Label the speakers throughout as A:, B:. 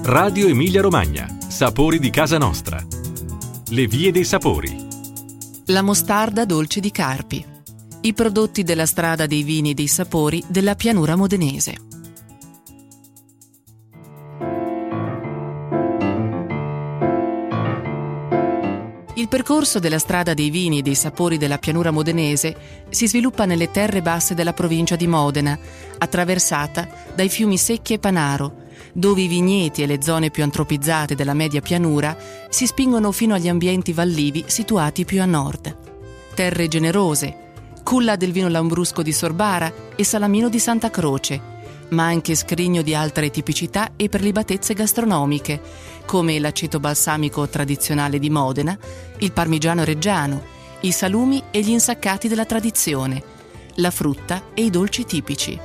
A: Radio Emilia Romagna. Sapori di casa nostra. Le vie dei sapori.
B: La mostarda dolce di Carpi. I prodotti della strada dei vini e dei sapori della pianura modenese. Il percorso della strada dei vini e dei sapori della pianura modenese si sviluppa nelle terre basse della provincia di Modena, attraversata dai fiumi Secchia e Panaro, dove i vigneti e le zone più antropizzate della media pianura si spingono fino agli ambienti vallivi situati più a nord. Terre generose, culla del vino lambrusco di Sorbara e salamino di Santa Croce, ma anche scrigno di altre tipicità e prelibatezze gastronomiche, come l'aceto balsamico tradizionale di Modena, il parmigiano reggiano, i salumi e gli insaccati della tradizione, la frutta e i dolci tipici.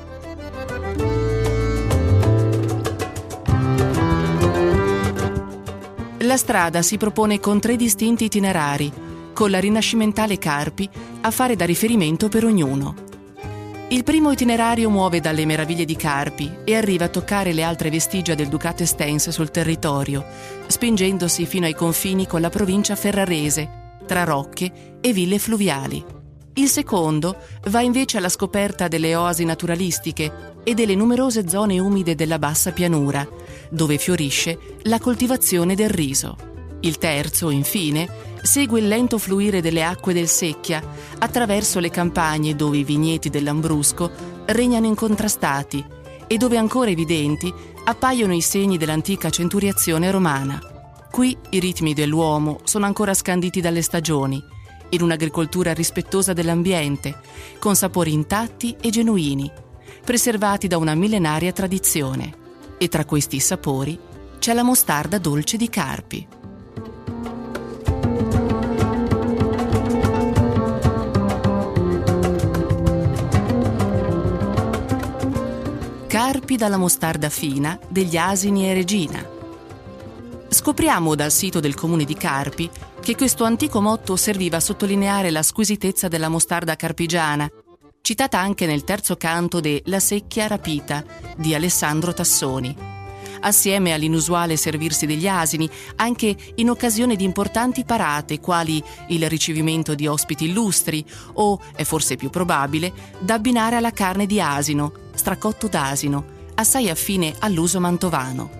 B: La strada si propone con 3 distinti itinerari, con la rinascimentale Carpi a fare da riferimento per ognuno. Il primo itinerario muove dalle meraviglie di Carpi e arriva a toccare le altre vestigia del Ducato estense sul territorio, spingendosi fino ai confini con la provincia ferrarese, tra rocche e ville fluviali. Il secondo va invece alla scoperta delle oasi naturalistiche e delle numerose zone umide della bassa pianura, dove fiorisce la coltivazione del riso. Il terzo, infine, segue il lento fluire delle acque del Secchia attraverso le campagne dove i vigneti del Lambrusco regnano incontrastati e dove ancora evidenti appaiono i segni dell'antica centuriazione romana. Qui i ritmi dell'uomo sono ancora scanditi dalle stagioni, in un'agricoltura rispettosa dell'ambiente, con sapori intatti e genuini, preservati da una millenaria tradizione. E tra questi sapori c'è la mostarda dolce di Carpi. Carpi dalla mostarda fina degli Asini e Regina. Scopriamo dal sito del comune di Carpi che questo antico motto serviva a sottolineare la squisitezza della mostarda carpigiana, citata anche nel terzo canto de La secchia rapita di Alessandro Tassoni, assieme all'inusuale servirsi degli asini anche in occasione di importanti parate quali il ricevimento di ospiti illustri o, è forse più probabile, da abbinare alla carne di asino, stracotto d'asino, assai affine all'uso mantovano.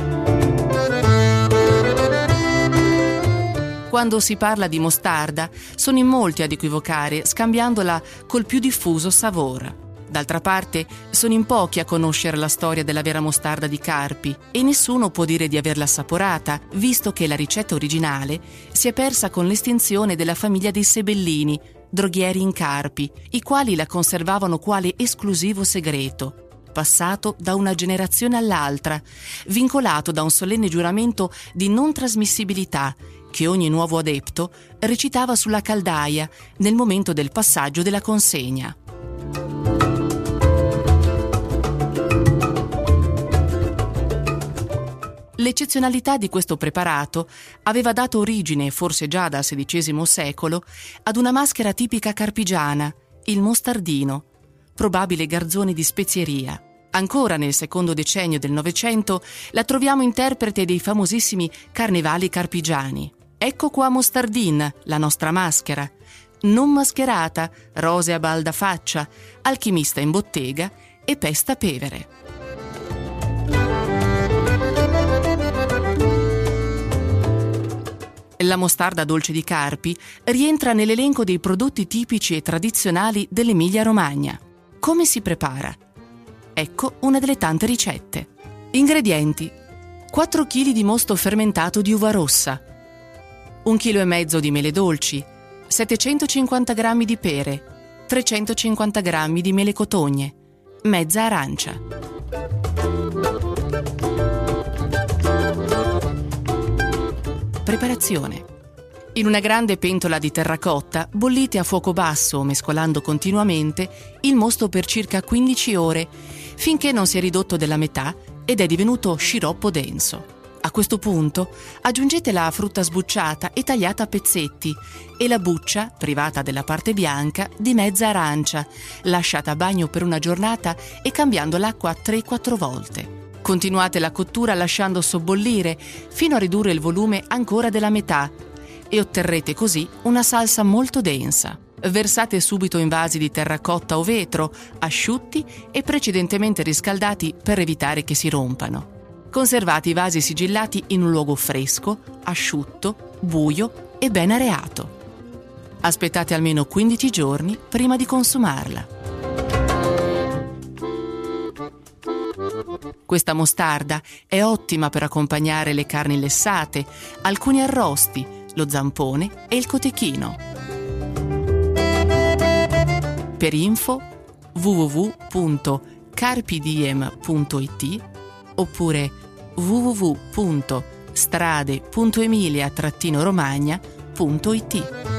B: Quando si parla di mostarda, sono in molti ad equivocare, scambiandola col più diffuso savor. D'altra parte, sono in pochi a conoscere la storia della vera mostarda di Carpi e nessuno può dire di averla assaporata, visto che la ricetta originale si è persa con l'estinzione della famiglia dei Sebellini, droghieri in Carpi, i quali la conservavano quale esclusivo segreto, passato da una generazione all'altra, vincolato da un solenne giuramento di non trasmissibilità che ogni nuovo adepto recitava sulla caldaia nel momento del passaggio della consegna. L'eccezionalità di questo preparato aveva dato origine, forse già dal XVI secolo, ad una maschera tipica carpigiana, il mostardino, probabile garzone di spezieria. Ancora nel secondo decennio del Novecento la troviamo interprete dei famosissimi carnevali carpigiani. Ecco qua Mostardin, la nostra maschera, non mascherata, rosea balda faccia, alchimista in bottega e pesta pevere. La mostarda dolce di Carpi rientra nell'elenco dei prodotti tipici e tradizionali dell'Emilia-Romagna. Come si prepara? Ecco una delle tante ricette. Ingredienti: 4 kg di mosto fermentato di uva rossa, 1,5 kg di mele dolci, 750 g di pere, 350 g di mele cotogne, mezza arancia. Preparazione. In una grande pentola di terracotta bollite a fuoco basso, mescolando continuamente, il mosto per circa 15 ore, finché non si è ridotto della metà ed è divenuto sciroppo denso. A questo punto aggiungete la frutta sbucciata e tagliata a pezzetti e la buccia, privata della parte bianca, di mezza arancia, lasciata a bagno per una giornata e cambiando l'acqua 3-4 volte. Continuate la cottura lasciando sobbollire fino a ridurre il volume ancora della metà e otterrete così una salsa molto densa. Versate subito in vasi di terracotta o vetro, asciutti e precedentemente riscaldati per evitare che si rompano. Conservate i vasi sigillati in un luogo fresco, asciutto, buio e ben areato. Aspettate almeno 15 giorni prima di consumarla. Questa mostarda è ottima per accompagnare le carni lessate, alcuni arrosti, lo zampone e il cotechino. Per info www.carpidiem.it oppure www.strade.emilia-romagna.it.